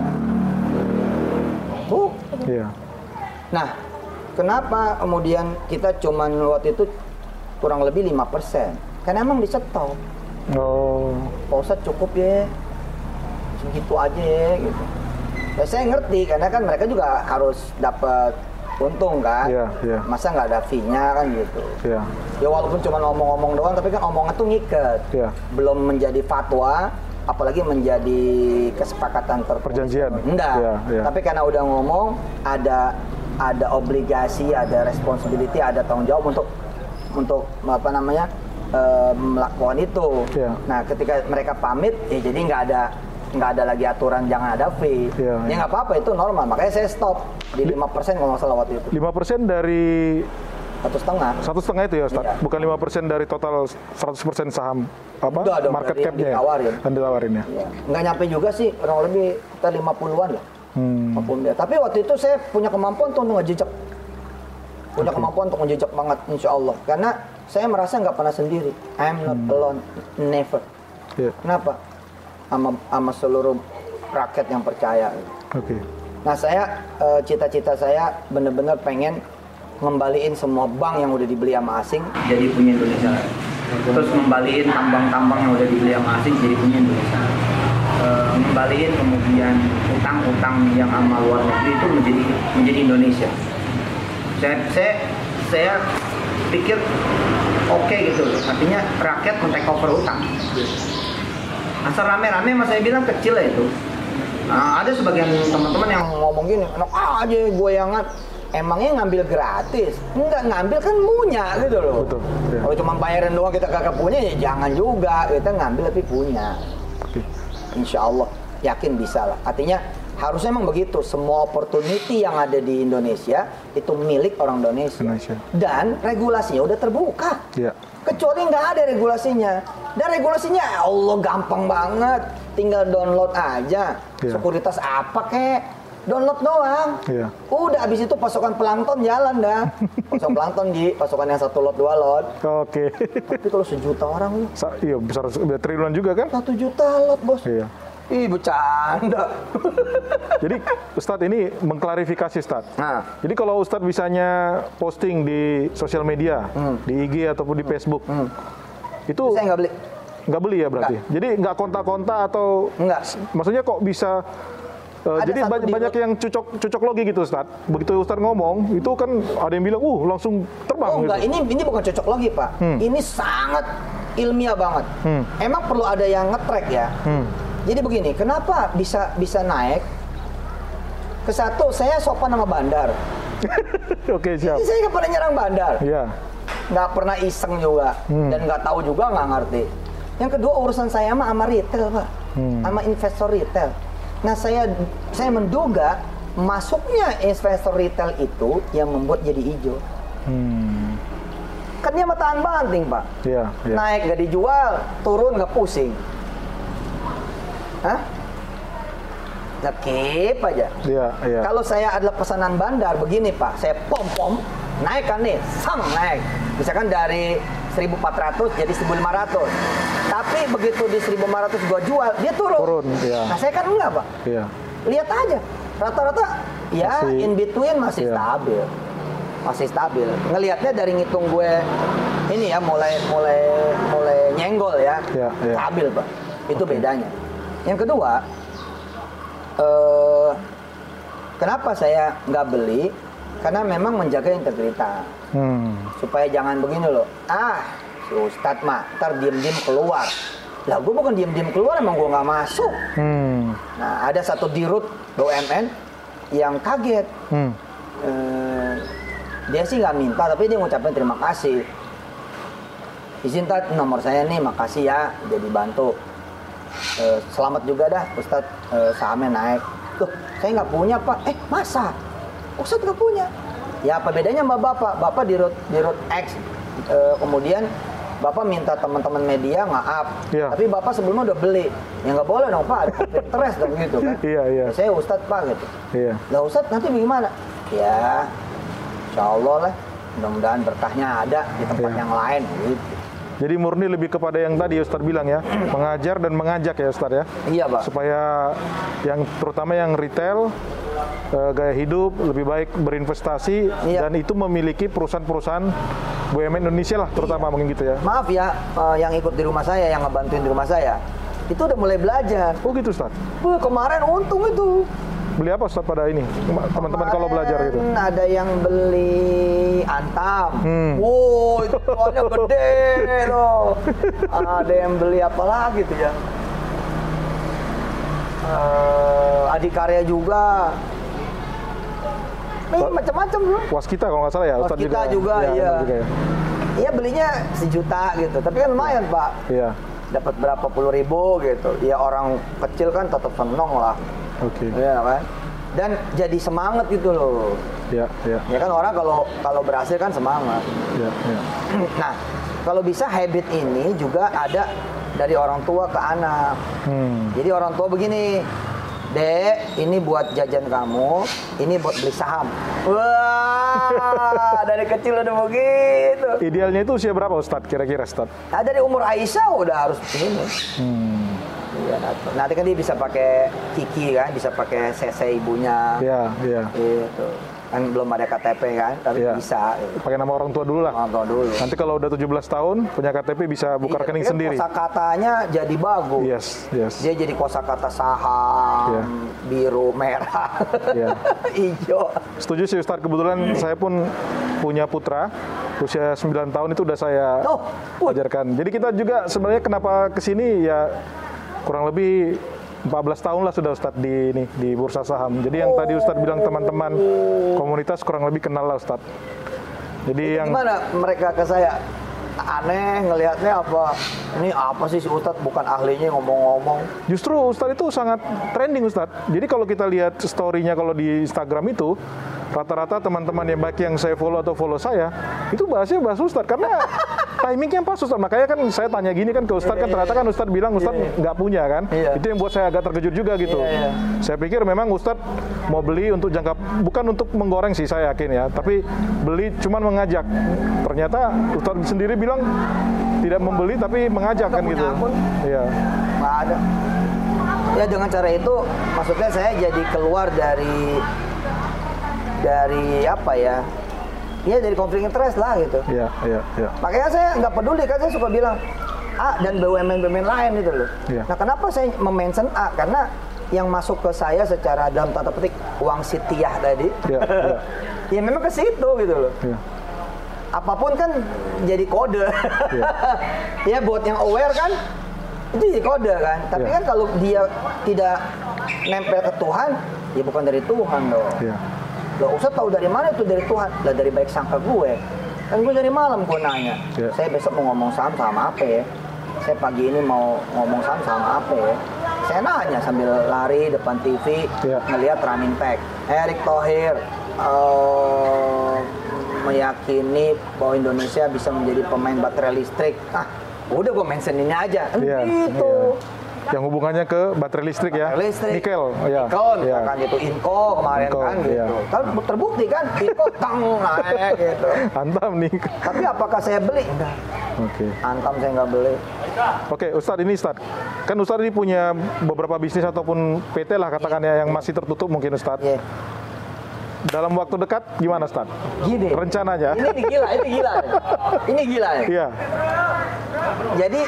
Bukti. Iya. Nah, kenapa kemudian kita cuman waktu itu kurang lebih 5%? Karena emang disetop. Oh. Pak Ustadz cukup ya, segitu aja ya gitu. Ya saya ngerti karena kan mereka juga harus dapat untung kan. Iya. Masa nggak ada fee-nya kan gitu. Iya. Ya walaupun cuma ngomong-ngomong doang, tapi kan omongan tuh ngiket. Iya. Belum menjadi fatwa, apalagi menjadi kesepakatan perjanjian. Enggak. Iya. Tapi karena udah ngomong, ada obligasi, ada responsibility, ada tanggung jawab untuk apa namanya melakukan itu. Yeah. Nah, ketika mereka pamit, ya jadi nggak ada lagi aturan jangan ada fee. Yeah. Ya nggak apa-apa, itu normal. Makanya saya stop di 5% kalau nggak salah waktu itu. 5% dari 1,5. 1,5 itu ya, Ustaz? Iya. Bukan 5% dari total 100% saham apa? Udah dong, Market berarti cap-nya. yang Ditawarin ya. Iya. Nggak nyampe juga sih, kurang lebih kita 50-an lah. 50 dia. Tapi waktu itu saya punya kemampuan untuk ngejejak. Punya kemampuan untuk ngejejak banget, insya Allah. Karena saya merasa nggak pernah sendiri. I'm not alone, never. Yeah. Kenapa? Sama seluruh rakyat yang percaya. Oke. Nah, saya cita-cita saya benar-benar pengen ngembaliin semua bank yang udah dibeli sama asing jadi punya Indonesia. Terus ngembaliin tambang-tambang yang udah dibeli sama asing jadi punya Indonesia. Ngembaliin kemudian utang-utang yang sama luar negeri itu menjadi Indonesia. Saya pikir oke gitu, artinya rakyat men-take over utang. Asal rame-rame, mas saya bilang kecil lah itu. Nah, ada sebagian teman-teman yang ngomong gini, enak aja goyangan. Emangnya ngambil gratis? Enggak, ngambil kan punya gitu loh. Betul. Ya. Kalau cuma bayaran doang kita kagak punya, ya jangan juga. Kita ngambil tapi punya. Oke. Insya Allah, yakin bisa lah. Artinya harusnya emang begitu. Semua opportunity yang ada di Indonesia itu milik orang Indonesia. Dan regulasinya udah terbuka. Iya. Kecuali nggak ada regulasinya. Dan regulasinya ya Allah gampang banget. Tinggal download aja. Iya. Sekuritas apa kek? Download doang. Iya. Udah abis itu pasokan plankton jalan dah. Pasokan plankton pasokan yang 1 lot 2 lot. Oke. Tapi kalau 1 juta orang Iya, besar triliunan juga kan? 1 juta lot bos. Iya. Ih, bercanda. Jadi Ustadz ini mengklarifikasi Ustadz. Nah. Jadi kalau Ustadz bisanya posting di sosial media, di IG ataupun di Facebook, itu Saya nggak beli. nggak beli ya berarti? Nggak. Jadi nggak kontak-kontak atau? Nggak. Maksudnya kok bisa? Jadi banyak yang cocok logi gitu Ustadz. Begitu Ustadz ngomong, itu kan ada yang bilang, langsung terbang. Oh enggak, gitu. ini bukan cocok logi Pak. Ini sangat ilmiah banget. Emang perlu ada yang nge-track ya. Jadi begini, kenapa bisa naik? Ke satu, saya sopan sama bandar. Oke, siap. Saya nggak pernah nyerang bandar. Iya. Nggak pernah iseng juga. Dan nggak tahu juga, nggak ngerti. Yang kedua, urusan saya sama retail Pak. Sama investor retail. Nah, saya menduga masuknya investor retail itu yang membuat jadi hijau. Kan dia mah tahan banting Pak. Iya. Naik nggak dijual, turun nggak pusing. Hah? Ngekip aja. Iya. Kalau saya adalah pesanan bandar begini Pak, saya pom naik kan nih, naik. Misalkan dari 1.400 jadi 1.500. Tapi begitu di 1.500 gua jual, dia turun. Iya. Nah, saya kan enggak Pak. Iya. Lihat aja, rata-rata ya in between masih iya. stabil. Masih stabil. Ngelihatnya dari ngitung gue ini ya mulai nyenggol ya. Iya. Stabil Pak. Itu bedanya. Yang kedua, kenapa saya nggak beli? Karena memang menjaga integritas. Supaya jangan begini loh. Si Ustadz mah ntar diem-diem keluar. Lah gue bukan diem-diem keluar, emang gue nggak masuk. Nah ada satu dirut BUMN yang kaget. Dia sih nggak minta, tapi dia ngucapin terima kasih. Izin Tat, nomor saya nih, makasih ya, jadi bantu. Selamat juga dah Ustadz, sahamnya naik. Loh, saya nggak punya Pak. Masa? Ustadz nggak punya? Ya apa bedanya sama Bapak? Bapak di road X, kemudian Bapak minta teman-teman media nge-up, tapi Bapak sebelumnya udah beli. Ya nggak boleh dong Pak, ada interest dong gitu kan. Iya. Saya Ustadz Pak gitu. Iya. Lah Ustadz nanti bagaimana? Ya, insya Allah lah. Mudah-mudahan berkahnya ada di tempat yang lain gitu. Jadi murni lebih kepada yang tadi Ustadz bilang ya, mengajar dan mengajak ya Ustadz ya. Iya Pak. Supaya yang terutama yang retail, gaya hidup lebih baik berinvestasi dan itu memiliki perusahaan-perusahaan BUMN Indonesia lah terutama mungkin gitu ya. Maaf ya, yang ikut di rumah saya, yang ngebantuin di rumah saya, itu udah mulai belajar. Oh gitu Ustadz? Kemarin untung itu. Beli apa Ustadz pada ini? Teman-teman kalau belajar gitu? Ada yang beli Antam. Wow, itu soalnya gede loh. Ada yang beli apa lagi tuh ya? Adikarya juga. Macam-macam loh. Waskita kalau nggak salah ya, Ustadz Waskita juga iya. Iya belinya 1 juta gitu, tapi kan lumayan Pak. Iya. Dapat berapa puluh ribu gitu. Ya orang kecil kan tetap seneng lah. Oke. Iya kan. Dan jadi semangat gitu loh. Iya. Ya kan orang kalau berhasil kan semangat. Iya. Nah, kalau bisa habit ini juga ada dari orang tua ke anak. Jadi orang tua begini, Dek, ini buat jajan kamu, ini buat beli saham. Wah, dari kecil udah begitu. Idealnya itu usia berapa Ustadz kira-kira Ustadz? Nah, dari umur Aisyah udah harus ini. Iya, nanti kan dia bisa pakai Kiki kan, bisa pakai CC ibunya. Iya. Gitu. Kan belum ada KTP kan, tapi bisa. Gitu. Pakai nama orang tua dulu lah. Orang tua dulu. Nanti kalau udah 17 tahun punya KTP bisa buka rekening sendiri. Kosakatanya jadi bagus. Yes. Dia jadi kosakata saham, biru, merah, hijau. Setuju sih Ustadz, kebetulan saya pun punya putra usia 9 tahun itu udah saya ajarkan. Jadi kita juga sebenarnya kenapa kesini ya kurang lebih 14 tahun lah sudah Ustadz di bursa saham. Jadi yang tadi Ustadz bilang teman-teman komunitas kurang lebih kenal lah Ustadz. Jadi gimana mereka ke saya? Aneh ngelihatnya apa? Ini apa sih si Ustadz bukan ahlinya ngomong-ngomong? Justru Ustadz itu sangat trending Ustadz. Jadi kalau kita lihat story-nya kalau di Instagram itu rata-rata teman-teman yang baik yang saya follow atau follow saya itu bahasnya bahas Ustadz karena timingnya pas Ustadz. Makanya kan saya tanya gini kan ke Ustadz kan ternyata kan Ustadz bilang Ustadz nggak punya kan. Itu yang buat saya agak terkejut juga gitu. Saya pikir memang Ustadz mau beli untuk jangka, bukan untuk menggoreng sih saya yakin ya, tapi beli cuman mengajak. Ternyata Ustadz sendiri bilang tidak membeli tapi mengajak kan gitu. Iya. Nggak ada. Ya dengan cara itu maksudnya saya jadi keluar dari apa ya? Iya dari konflik interest lah gitu. Iya. Makanya saya nggak peduli kan, saya suka bilang A dan BUMN lain gitu loh. Nah kenapa saya mention A? Karena yang masuk ke saya secara dalam tanda petik uang sitiah tadi, ya memang ke situ gitu loh. Apapun kan jadi kode. Ya buat yang aware kan itu jadi kode kan. Tapi kan kalau dia tidak nempel ke Tuhan, ya bukan dari Tuhan dong. Loh, Ustadz tahu dari mana itu dari Tuhan? Lah dari baik sangka gue. Kan gue dari malam gue nanya. Saya besok mau ngomong saham sama apa ya? Saya pagi ini mau ngomong saham sama apa ya? Saya nanya sambil lari depan TV, ngelihat running tag. Erick Thohir meyakini bahwa Indonesia bisa menjadi pemain baterai listrik. Udah gue mention ini aja. Gitu. Yang hubungannya ke baterai listrik ya, nikel, kan gitu, Inco kemarin kan gitu, kan terbukti kan, Inco naik gitu. Antam nih. Tapi apakah saya beli? Enggak. Antam saya nggak beli. Ustadz ini Ustadz, kan Ustadz ini punya beberapa bisnis ataupun PT lah katakannya yang masih tertutup mungkin Ustadz. Dalam waktu dekat gimana Ustadz? Gini. Rencananya? Ini gila ya. Iya. Jadi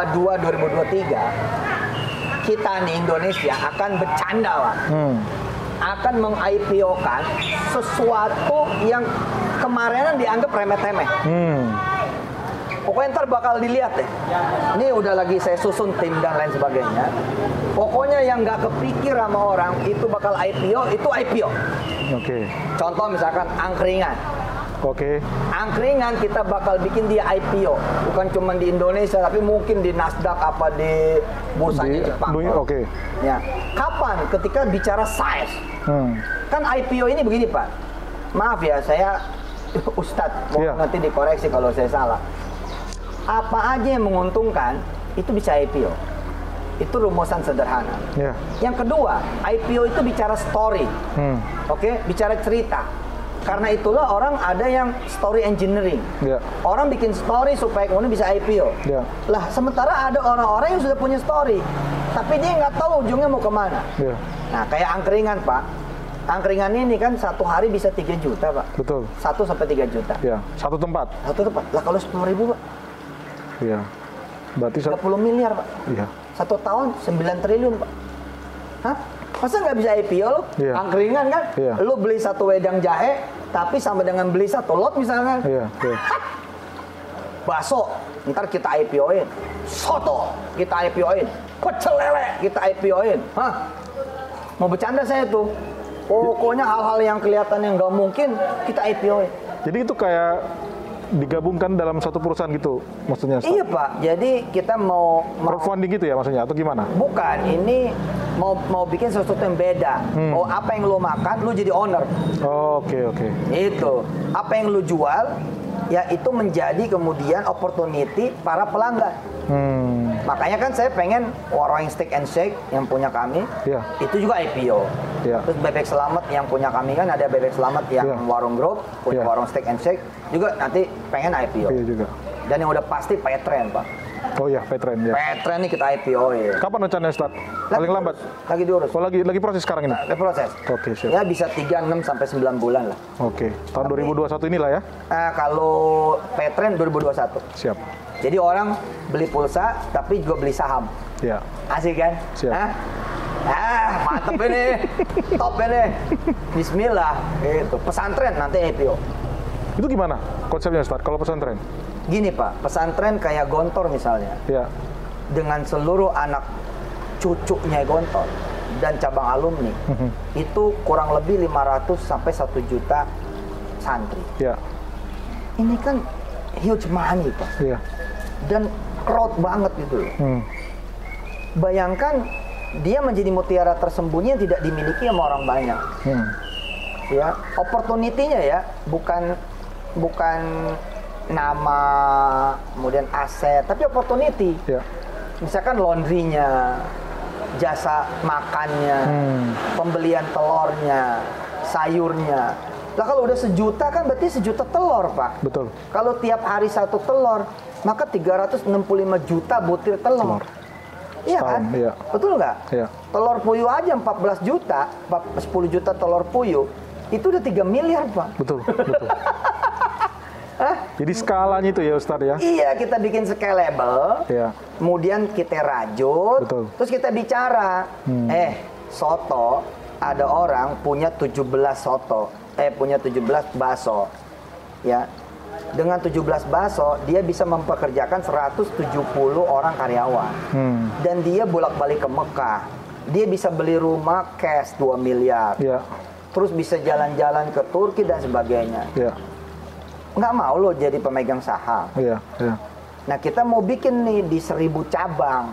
2022-2023 kita nih Indonesia akan bercanda lah. akan meng-IPO-kan sesuatu yang kemarinan dianggap remeh-temeh. Pokoknya ntar bakal dilihat deh. Ini udah lagi saya susun tim dan lain sebagainya. Pokoknya yang nggak kepikir sama orang itu bakal IPO, itu IPO. Oke. Contoh misalkan angkringan. Oke. Angkringan kita bakal bikin dia IPO. Bukan cuma di Indonesia, tapi mungkin di Nasdaq apa di bursanya Jepang. Oke. Ya. Kapan? Ketika bicara size. Kan IPO ini begini Pak. Maaf ya, saya Ustadz, nanti dikoreksi kalau saya salah. Apa aja yang menguntungkan itu bisa IPO. Itu rumusan sederhana. Yang kedua, IPO itu bicara story. Oke, bicara cerita. Karena itulah orang ada yang story engineering. Orang bikin story supaya kemudian bisa IPO. Lah, sementara ada orang-orang yang sudah punya story, tapi dia nggak tahu ujungnya mau kemana. Nah, kayak angkringan Pak. Angkringan ini kan satu hari bisa 3 juta Pak. Betul. 1 sampai 3 juta. Satu tempat. Satu tempat. Lah kalau 10.000 Pak. Iya. Berarti 30 miliar Pak. Iya. 1 tahun 9 triliun Pak. Hah? Masa nggak bisa IPO lo? Angkringan kan? Lo beli 1 wedang jahe, tapi sama dengan beli 1 lot misalkan. Bakso, ntar kita IPO-in. Soto, kita IPO-in. Pecel lele, kita IPO-in. Hah? Mau bercanda saya tuh. Pokoknya hal-hal yang kelihatan yang nggak mungkin, kita IPO-in. Jadi itu kayak digabungkan dalam satu perusahaan gitu maksudnya? Iya Pak, jadi kita mau crowdfunding gitu ya maksudnya atau gimana? Bukan, ini mau bikin sesuatu yang beda. Apa yang lo makan, lo jadi owner. Oke. Itu. Apa yang lo jual, ya itu menjadi kemudian opportunity para pelanggan. Makanya kan saya pengen warung Steak and Shake yang punya kami, itu juga IPO. Terus Bebek Selamat yang punya kami kan ada Bebek Selamat yang warung Grove, punya warung Steak and Shake, juga nanti pengen IPO. Juga. Dan yang udah pasti Petren Pak. Oh iya, Petren ya. Petren ini kita IPO ya. Kapan rencananya start? Paling lambat? Lagi diurus. Oh lagi proses sekarang ini? Lagi proses. Oke, siap. Ya bisa 3, 6 sampai 9 bulan lah. Oke. Tahun 2021 inilah ya? Kalau Petren 2021. Siap. Jadi orang beli pulsa tapi juga beli saham. Iya. Asik kan? Siap. Mantep ini. Top ini. Bismillah. Gitu. Pesantren nanti IPO. Itu gimana konsepnya Ustaz kalau pesantren? Gini Pak, pesantren kayak Gontor misalnya. Dengan seluruh anak cucunya Gontor dan cabang alumni, itu kurang lebih 500 sampai 1 juta santri. Ini kan huge money Pak. Dan crowd banget gitu. Bayangkan dia menjadi mutiara tersembunyi yang tidak dimiliki sama orang banyak. Ya, opportunity-nya ya, bukan nama, kemudian aset, tapi opportunity. Misalkan laundry-nya, jasa makannya, pembelian telurnya, sayurnya. Lah kalau udah 1 juta kan berarti 1 juta telur Pak. Betul. Kalau tiap hari 1 telur, maka 365 juta butir telur. Iya kan? Betul nggak? Telur puyuh aja 14 juta, 10 juta telur puyuh, itu udah 3 miliar Pak. Betul. Jadi skalanya itu ya Ustadz ya? Iya, kita bikin scalable, kemudian kita rajut, terus kita bicara, soto, ada orang punya 17 soto, punya 17 bakso, ya. Dengan 17 bakso, dia bisa mempekerjakan 170 orang karyawan. Dan dia bolak-balik ke Mekah. Dia bisa beli rumah cash 2 miliar. Terus bisa jalan-jalan ke Turki dan sebagainya. Nggak mau lo jadi pemegang saham. Nah, kita mau bikin nih di 1000 cabang.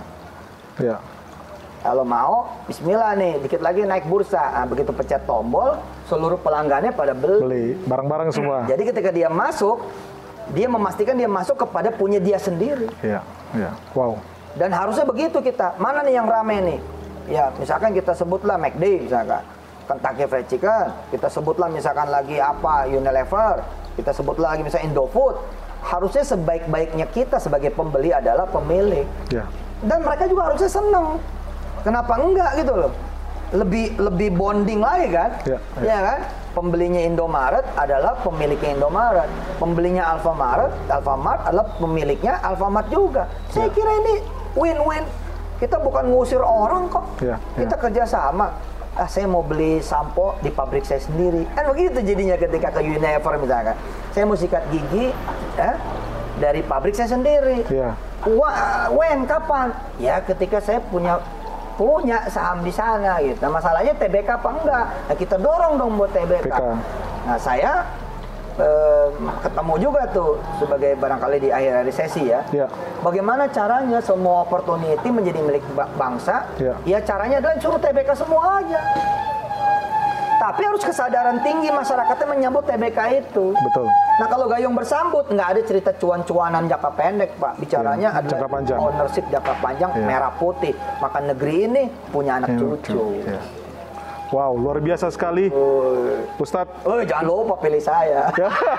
Kalau mau, bismillah nih, dikit lagi naik bursa. Nah, begitu pencet tombol, seluruh pelanggannya pada beli barang-barang semua. Jadi ketika dia masuk, dia memastikan dia masuk kepada punya dia sendiri. Wow. Dan harusnya begitu kita. Mana nih yang rame nih? Ya, misalkan kita sebutlah McD, misalkan Kentucky Fried Chicken. Kita sebutlah misalkan lagi apa, Unilever. Kita sebutlah lagi misalnya Indofood. Harusnya sebaik-baiknya kita sebagai pembeli adalah pemilik. Dan mereka juga harusnya seneng. Kenapa enggak gitu loh? Lebih bonding lagi kan? Ya kan? Pembelinya Indomaret adalah pemiliknya Indomaret. Pembelinya Alfamart adalah pemiliknya Alfamart juga. Saya kira ini win-win. Kita bukan ngusir orang kok. Kita kerjasama. saya mau beli sampo di pabrik saya sendiri. Kan begitu jadinya ketika ke Unilever misalkan. Saya mau sikat gigi dari pabrik saya sendiri. Iya. When kapan? Ya ketika saya punya saham di sana gitu. Nah, masalahnya TBK apa enggak? Nah, kita dorong dong buat TBK. Nah, saya ketemu juga tuh sebagai barangkali di akhir sesi ya. Bagaimana caranya semua opportunity menjadi milik bangsa? Ya caranya adalah suruh TBK semua aja. Tapi harus kesadaran tinggi masyarakatnya menyambut TBK itu. Betul. Nah kalau gayung bersambut nggak ada cerita cuan-cuanan jangka pendek Pak. Bicaranya adalah ownership jangka panjang merah putih. Maka negeri ini punya anak cucu. Wow, luar biasa sekali, Ustadz. Jangan lupa pilih saya.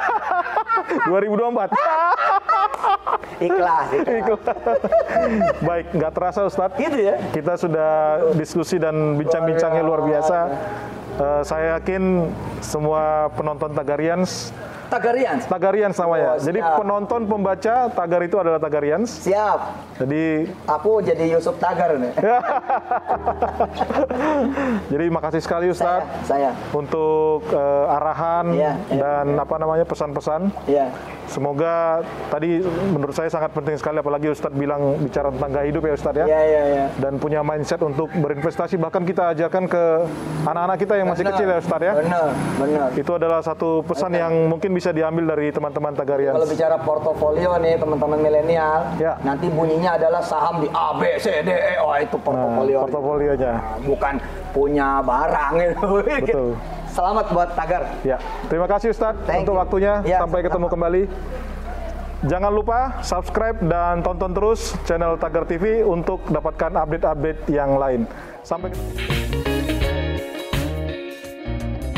2024. Ikhlas. Baik, nggak terasa Ustadz. Gitu ya. Kita sudah diskusi dan bincang-bincangnya luar biasa. Saya yakin semua penonton Tagarians namanya. Jadi penonton pembaca Tagar itu adalah Tagarians. Siap. Jadi aku jadi Yusuf Tagar nih. Jadi makasih sekali Ustadz saya untuk arahan dan pesan-pesan. Semoga tadi menurut saya sangat penting sekali, apalagi Ustadz bilang bicara tentang gaya hidup ya Ustadz ya. Dan punya mindset untuk berinvestasi, bahkan kita ajarkan ke anak-anak kita yang masih kecil ya Ustadz ya. Benar. Itu adalah satu pesan yang mungkin bisa diambil dari teman-teman Tagarians. Kalau bicara portofolio nih teman-teman milenial, nanti bunyinya adalah saham di A, B, C, D, E. Itu portofolio. Portofolionya. Bukan punya barang itu. Betul. Selamat buat Tagar. Terima kasih Ustadz untuk waktunya. Sampai ketemu kembali. Jangan lupa subscribe dan tonton terus channel Tagar TV untuk dapatkan update-update yang lain. Sampai ketemu.